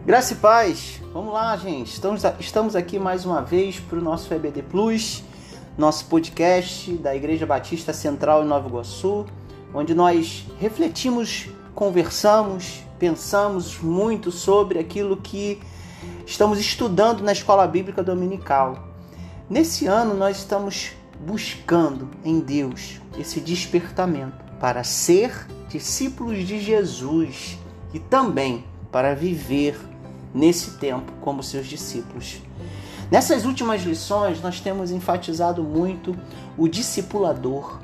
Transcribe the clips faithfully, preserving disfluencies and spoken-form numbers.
Graça e paz, vamos lá, gente. Estamos, estamos aqui mais uma vez para o nosso E B D Plus, nosso podcast da Igreja Batista Central em Nova Iguaçu, onde nós refletimos, conversamos, pensamos muito sobre aquilo que estamos estudando na Escola Bíblica Dominical. Nesse ano nós estamos buscando em Deus esse despertamento para ser discípulos de Jesus e também para viver nesse tempo como seus discípulos. Nessas últimas lições nós temos enfatizado muito o discipulador,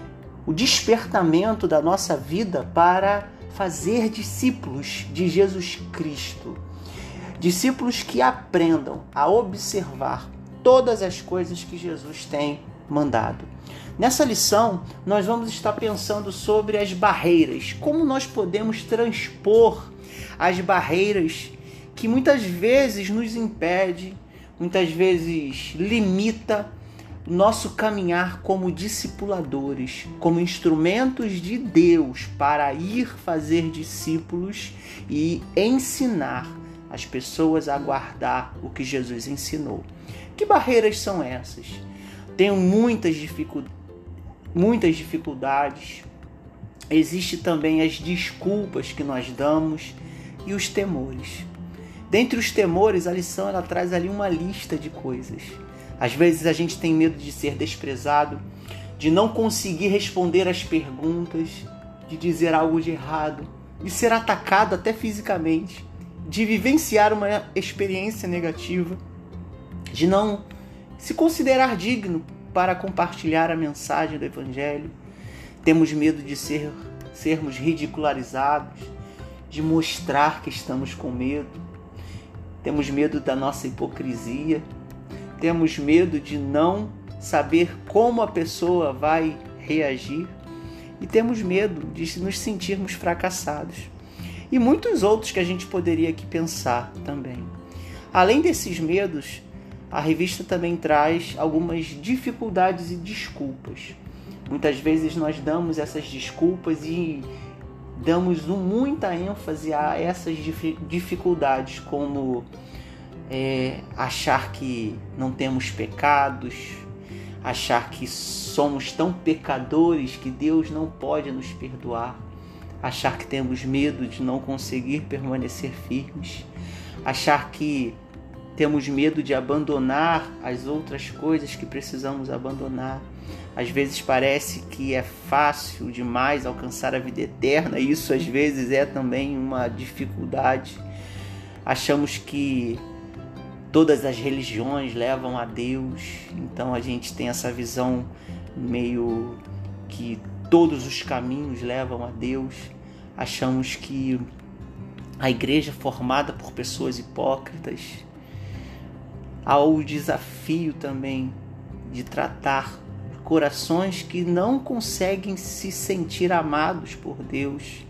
o despertamento da nossa vida para fazer discípulos de Jesus Cristo. Discípulos que aprendam a observar todas as coisas que Jesus tem mandado. Nessa lição, nós vamos estar pensando sobre as barreiras, como nós podemos transpor as barreiras que muitas vezes nos impede, muitas vezes limita o nosso caminhar como discipuladores, como instrumentos de Deus para ir fazer discípulos e ensinar as pessoas a guardar o que Jesus ensinou. Que barreiras são essas? Tenho muitas dificuldades, muitas dificuldades. Existe também as desculpas que nós damos e os temores. Dentre os temores, a lição ela traz ali uma lista de coisas. Às vezes a gente tem medo de ser desprezado, de não conseguir responder às perguntas, de dizer algo de errado, de ser atacado até fisicamente, de vivenciar uma experiência negativa, de não se considerar digno para compartilhar a mensagem do Evangelho. Temos medo de ser, sermos ridicularizados, de mostrar que estamos com medo. Temos medo da nossa hipocrisia. Temos medo de não saber como a pessoa vai reagir. E temos medo de nos sentirmos fracassados. E muitos outros que a gente poderia aqui pensar também. Além desses medos, a revista também traz algumas dificuldades e desculpas. Muitas vezes nós damos essas desculpas e damos muita ênfase a essas dificuldades, como é, achar que não temos pecados, achar que somos tão pecadores que Deus não pode nos perdoar, achar que temos medo de não conseguir permanecer firmes, achar que temos medo de abandonar as outras coisas que precisamos abandonar. Às vezes parece que é fácil demais alcançar a vida eterna, e isso às vezes é também uma dificuldade. Achamos que todas as religiões levam a Deus, então a gente tem essa visão meio que todos os caminhos levam a Deus. Achamos que a igreja é formada por pessoas hipócritas. Há o desafio também de tratar corações que não conseguem se sentir amados por Deus,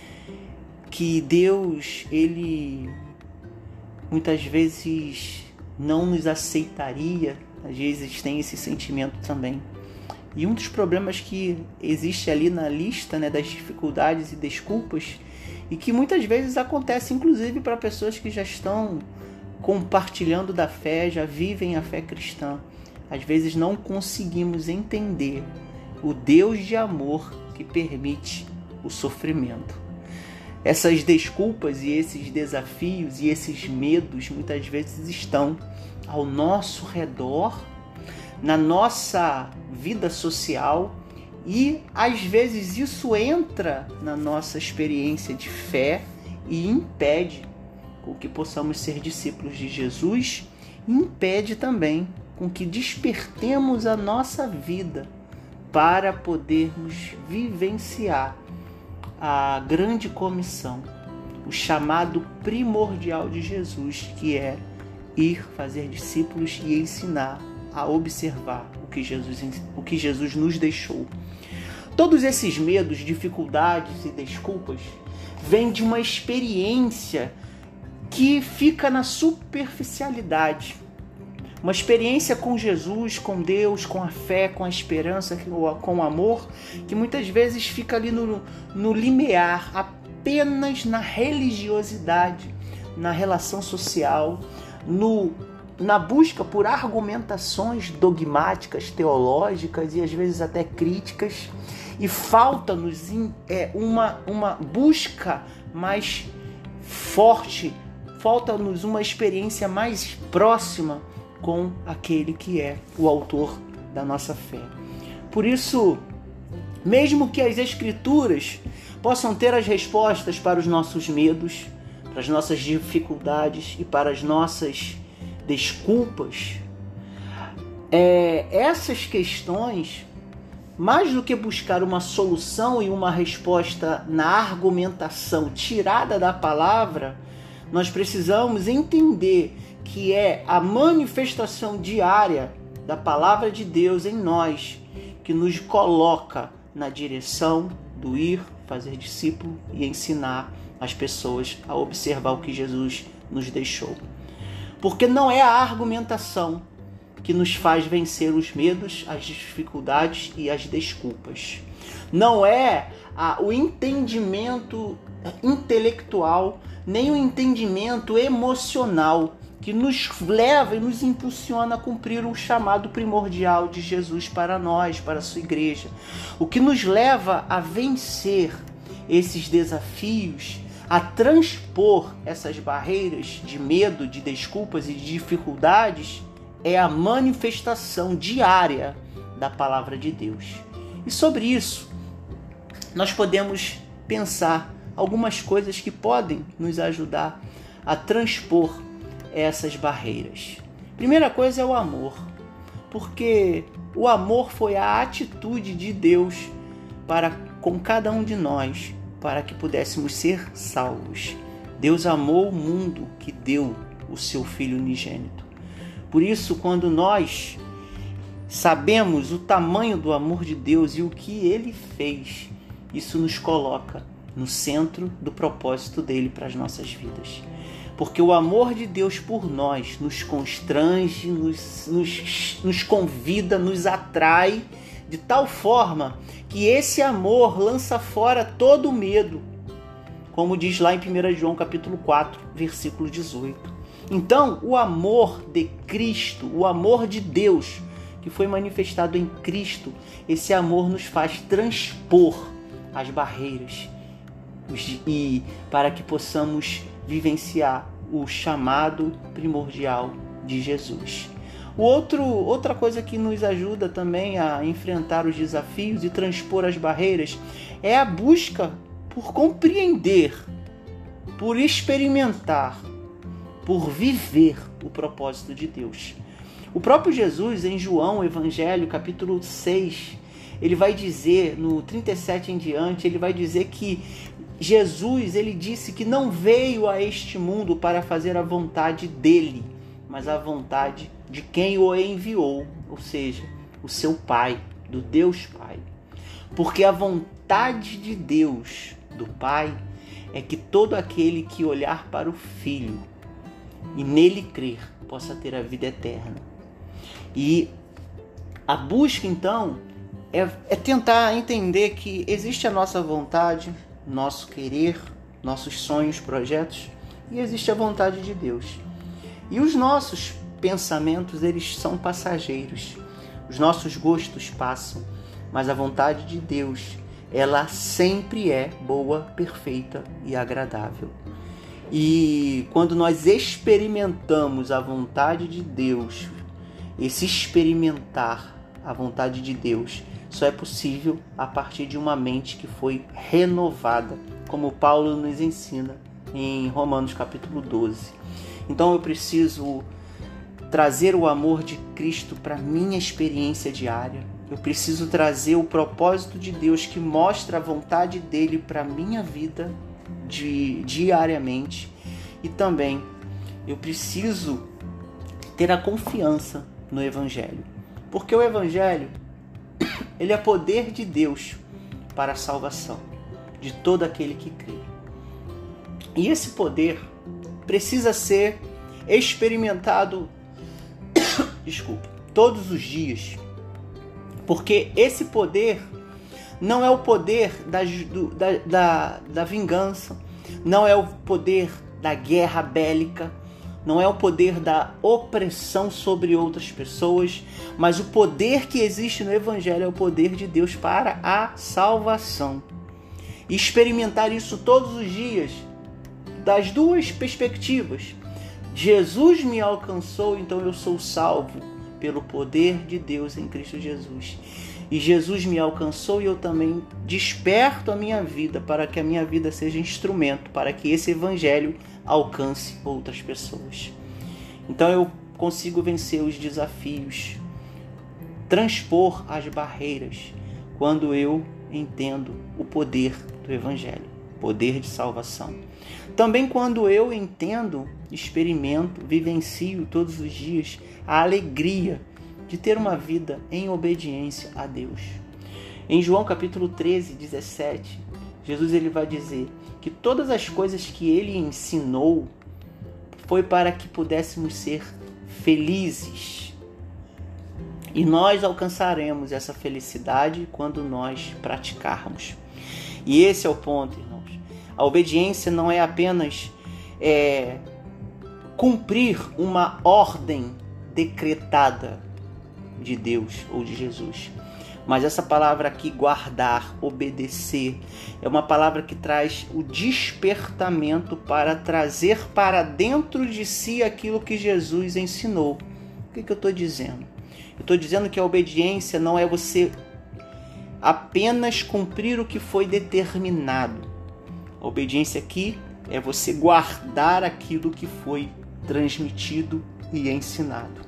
que Deus, ele muitas vezes não nos aceitaria, às vezes tem esse sentimento também. E um dos problemas que existe ali na lista, né, das dificuldades e desculpas, e que muitas vezes acontece inclusive para pessoas que já estão compartilhando da fé, já vivem a fé cristã. Às vezes não conseguimos entender o Deus de amor que permite o sofrimento. Essas desculpas e esses desafios e esses medos muitas vezes estão ao nosso redor, na nossa vida social, e às vezes isso entra na nossa experiência de fé e impede com que possamos ser discípulos de Jesus, e impede também com que despertemos a nossa vida para podermos vivenciar a grande comissão, o chamado primordial de Jesus, que é ir fazer discípulos e ensinar a observar o que Jesus, o que Jesus nos deixou. Todos esses medos, dificuldades e desculpas vêm de uma experiência que fica na superficialidade. Uma experiência com Jesus, com Deus, com a fé, com a esperança, com o amor, que muitas vezes fica ali no, no limiar, apenas na religiosidade, na relação social, no, na busca por argumentações dogmáticas, teológicas e às vezes até críticas, e falta-nos é, uma, uma busca mais forte, falta-nos uma experiência mais próxima com aquele que é o autor da nossa fé. Por isso, mesmo que as Escrituras possam ter as respostas para os nossos medos, para as nossas dificuldades e para as nossas desculpas, é, essas questões, mais do que buscar uma solução e uma resposta na argumentação tirada da palavra, nós precisamos entender que é a manifestação diária da palavra de Deus em nós que nos coloca na direção do ir, fazer discípulo e ensinar as pessoas a observar o que Jesus nos deixou. Porque não é a argumentação que nos faz vencer os medos, as dificuldades e as desculpas. Não é a, o entendimento intelectual, nem o entendimento emocional que nos leva e nos impulsiona a cumprir o chamado primordial de Jesus para nós, para a sua igreja. O que nos leva a vencer esses desafios, a transpor essas barreiras de medo, de desculpas e de dificuldades, é a manifestação diária da palavra de Deus. E sobre isso, nós podemos pensar algumas coisas que podem nos ajudar a transpor essas barreiras. Primeira coisa é o amor, porque o amor foi a atitude de Deus para com cada um de nós, para que pudéssemos ser salvos. Deus amou o mundo que deu o seu Filho unigênito. Por isso, quando nós sabemos o tamanho do amor de Deus e o que Ele fez, isso nos coloca no centro do propósito dele para as nossas vidas. Porque o amor de Deus por nós nos constrange, nos, nos, nos convida, nos atrai, de tal forma que esse amor lança fora todo o medo, como diz lá em primeiro João capítulo quatro, versículo dezoito. Então, o amor de Cristo, o amor de Deus, que foi manifestado em Cristo, esse amor nos faz transpor as barreiras e para que possamos vivenciar o chamado primordial de Jesus. O outro, outra coisa que nos ajuda também a enfrentar os desafios e transpor as barreiras é a busca por compreender, por experimentar, por viver o propósito de Deus. O próprio Jesus, em João, Evangelho, capítulo seis, ele vai dizer, no trinta e sete em diante, ele vai dizer que Jesus, ele disse que não veio a este mundo para fazer a vontade dele, mas a vontade de quem o enviou, ou seja, o seu Pai, do Deus Pai. Porque a vontade de Deus, do Pai, é que todo aquele que olhar para o Filho e nele crer, possa ter a vida eterna. E a busca, então, é, é tentar entender que existe a nossa vontade, nosso querer, nossos sonhos, projetos, e existe a vontade de Deus. E os nossos pensamentos, eles são passageiros. Os nossos gostos passam, mas a vontade de Deus, ela sempre é boa, perfeita e agradável. E quando nós experimentamos a vontade de Deus, esse experimentar a vontade de Deus só é possível a partir de uma mente que foi renovada, como Paulo nos ensina em Romanos capítulo doze. Então eu preciso trazer o amor de Cristo para a minha experiência diária. Eu preciso trazer o propósito de Deus que mostra a vontade dele para a minha vida de, diariamente. E também eu preciso ter a confiança no Evangelho. Porque o Evangelho, ele é poder de Deus para a salvação de todo aquele que crê. E esse poder precisa ser experimentado, desculpa, todos os dias. Porque esse poder não é o poder da, do, da, da, da vingança, não é o poder da guerra bélica, não é o poder da opressão sobre outras pessoas, mas o poder que existe no Evangelho é o poder de Deus para a salvação. E experimentar isso todos os dias, das duas perspectivas. Jesus me alcançou, então eu sou salvo pelo poder de Deus em Cristo Jesus. E Jesus me alcançou e eu também desperto a minha vida para que a minha vida seja instrumento para que esse evangelho alcance outras pessoas. Então eu consigo vencer os desafios, transpor as barreiras quando eu entendo o poder do evangelho, poder de salvação. Também quando eu entendo, experimento, vivencio todos os dias a alegria de ter uma vida em obediência a Deus. Em João capítulo treze, dezessete, Jesus ele vai dizer que todas as coisas que ele ensinou foi para que pudéssemos ser felizes. E nós alcançaremos essa felicidade quando nós praticarmos. E esse é o ponto, irmãos. A obediência não é apenas é, cumprir uma ordem decretada de Deus ou de Jesus. Mas essa palavra aqui, guardar, obedecer, é uma palavra que traz o despertamento para trazer para dentro de si aquilo que Jesus ensinou. O que, que eu estou dizendo? Eu estou dizendo que a obediência não é você apenas cumprir o que foi determinado. A obediência aqui é você guardar aquilo que foi transmitido e ensinado.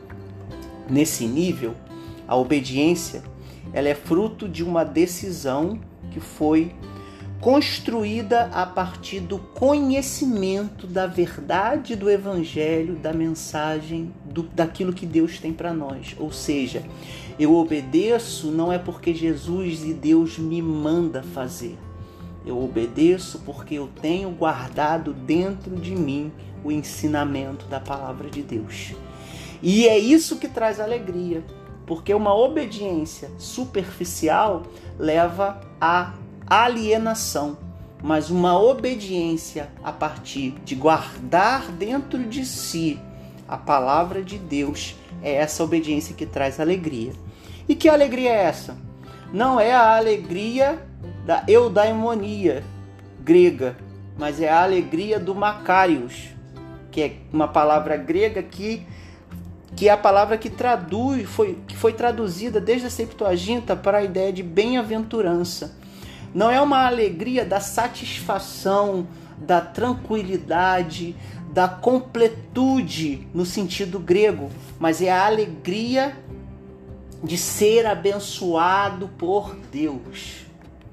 Nesse nível, a obediência ela é fruto de uma decisão que foi construída a partir do conhecimento da verdade do Evangelho, da mensagem, do, daquilo que Deus tem para nós. Ou seja, eu obedeço não é porque Jesus e Deus me manda fazer. Eu obedeço porque eu tenho guardado dentro de mim o ensinamento da palavra de Deus. E é isso que traz alegria, porque uma obediência superficial leva à alienação, mas uma obediência a partir de guardar dentro de si a palavra de Deus é essa obediência que traz alegria. E que alegria é essa? Não é a alegria da eudaimonia grega, mas é a alegria do Makarios, que é uma palavra grega que que é a palavra que traduz, foi, que foi traduzida desde a Septuaginta para a ideia de bem-aventurança. Não é uma alegria da satisfação, da tranquilidade, da completude no sentido grego, mas é a alegria de ser abençoado por Deus.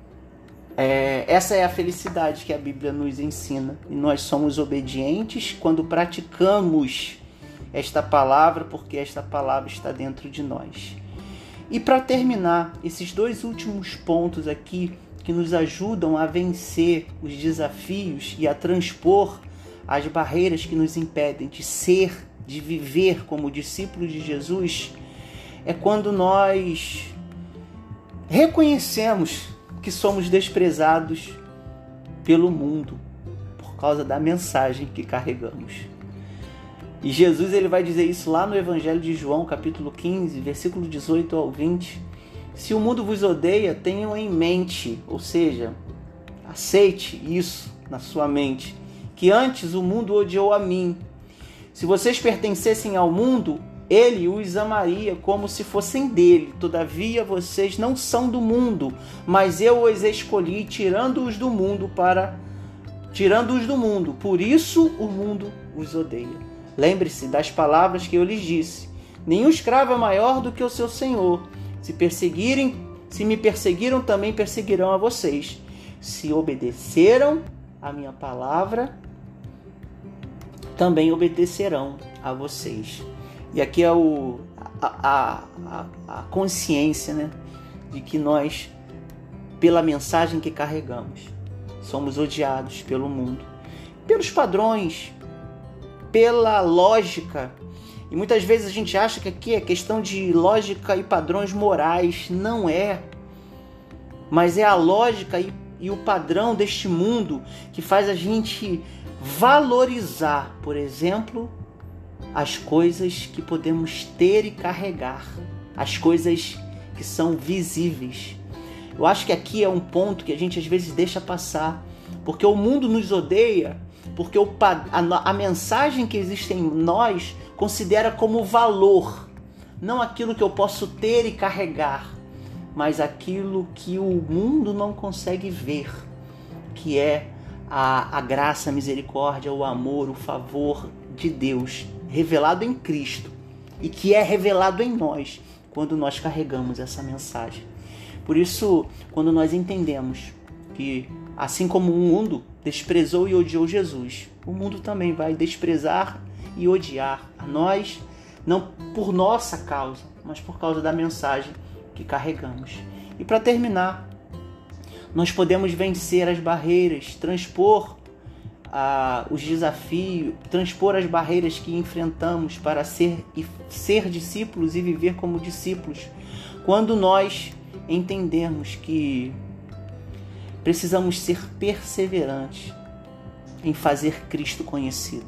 É, essa é a felicidade que a Bíblia nos ensina. E nós somos obedientes quando praticamos esta palavra, porque esta palavra está dentro de nós. E para terminar, esses dois últimos pontos aqui que nos ajudam a vencer os desafios e a transpor as barreiras que nos impedem de ser, de viver como discípulos de Jesus, é quando nós reconhecemos que somos desprezados pelo mundo por causa da mensagem que carregamos. E Jesus ele vai dizer isso lá no Evangelho de João, capítulo quinze, versículo dezoito ao vinte. Se o mundo vos odeia, tenham em mente, ou seja, aceite isso na sua mente, que antes o mundo odiou a mim. Se vocês pertencessem ao mundo, ele os amaria como se fossem dele. Todavia vocês não são do mundo, mas eu os escolhi, tirando-os do mundo para tirando-os do mundo. Por isso o mundo os odeia. Lembre-se das palavras que eu lhes disse. Nenhum escravo é maior do que o seu senhor. Se perseguirem, se me perseguiram, também perseguirão a vocês. Se obedeceram a minha palavra, também obedecerão a vocês. E aqui é o, a, a, a consciência, né, de que nós, pela mensagem que carregamos, somos odiados pelo mundo, pelos padrões, pela lógica. E muitas vezes a gente acha que aqui é questão de lógica e padrões morais. Não é. Mas é a lógica e, e o padrão deste mundo que faz a gente valorizar, por exemplo, as coisas que podemos ter e carregar, as coisas que são visíveis. Eu acho que aqui é um ponto que a gente às vezes deixa passar, porque o mundo nos odeia, porque o, a, a mensagem que existe em nós considera como valor, não aquilo que eu posso ter e carregar, mas aquilo que o mundo não consegue ver, que é a, a graça, a misericórdia, o amor, o favor de Deus revelado em Cristo e que é revelado em nós quando nós carregamos essa mensagem. Por isso, quando nós entendemos que assim como o mundo desprezou e odiou Jesus, o mundo também vai desprezar e odiar a nós, não por nossa causa, mas por causa da mensagem que carregamos. E para terminar, nós podemos vencer as barreiras, transpor ah, os desafios, transpor as barreiras que enfrentamos para ser, e ser discípulos e viver como discípulos, quando nós entendermos que precisamos ser perseverantes em fazer Cristo conhecido.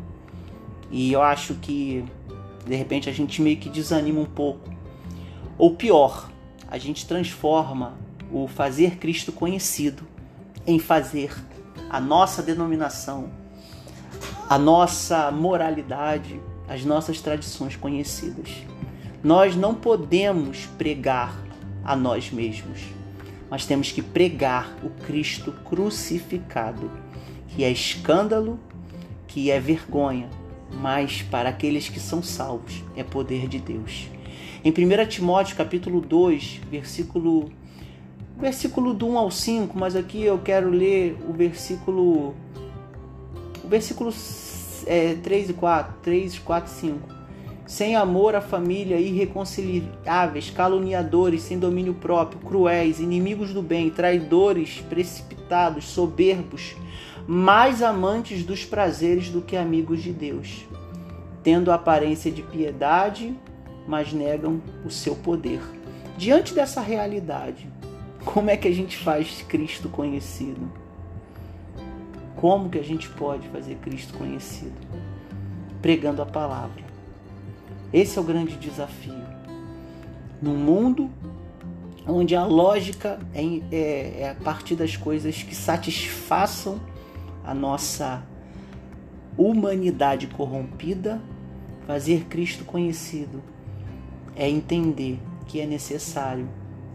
E eu acho que, de repente, a gente meio que desanima um pouco. Ou pior, a gente transforma o fazer Cristo conhecido em fazer a nossa denominação, a nossa moralidade, as nossas tradições conhecidas. Nós não podemos pregar a nós mesmos, mas temos que pregar o Cristo crucificado, que é escândalo, que é vergonha, mas para aqueles que são salvos é poder de Deus. Em primeiro Timóteo capítulo dois, versículo, versículo do um ao cinco, mas aqui eu quero ler o versículo, o versículo é, três e quatro, três, quatro e cinco. Sem amor à família, irreconciliáveis, caluniadores, sem domínio próprio, cruéis, inimigos do bem, traidores, precipitados, soberbos, mais amantes dos prazeres do que amigos de Deus, tendo a aparência de piedade, mas negam o seu poder. Diante dessa realidade, como é que a gente faz Cristo conhecido? Como que a gente pode fazer Cristo conhecido? Pregando a palavra. Esse é o grande desafio. Num mundo onde a lógica é, é, é a partir das coisas que satisfaçam a nossa humanidade corrompida, fazer Cristo conhecido é entender que é necessário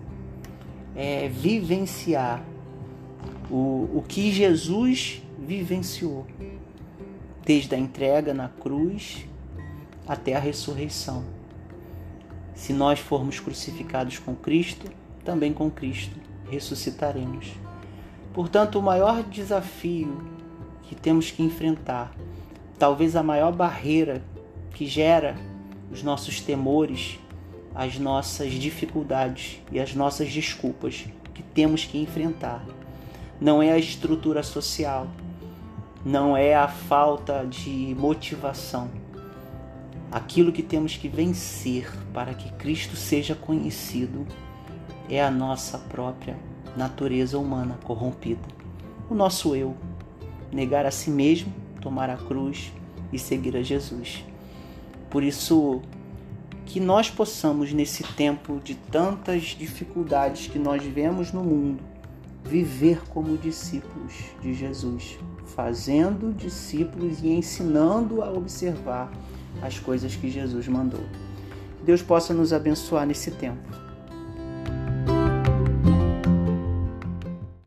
é vivenciar o, o que Jesus vivenciou, desde a entrega na cruz até a ressurreição. Se nós formos crucificados com Cristo, também com Cristo ressuscitaremos. Portanto, o maior desafio que temos que enfrentar, talvez a maior barreira que gera os nossos temores, as nossas dificuldades e as nossas desculpas que temos que enfrentar, não é a estrutura social, não é a falta de motivação. Aquilo que temos que vencer para que Cristo seja conhecido é a nossa própria natureza humana corrompida. O nosso eu, negar a si mesmo, tomar a cruz e seguir a Jesus. Por isso, que nós possamos, nesse tempo de tantas dificuldades que nós vemos no mundo, viver como discípulos de Jesus, fazendo discípulos e ensinando a observar as coisas que Jesus mandou. Que Deus possa nos abençoar nesse tempo.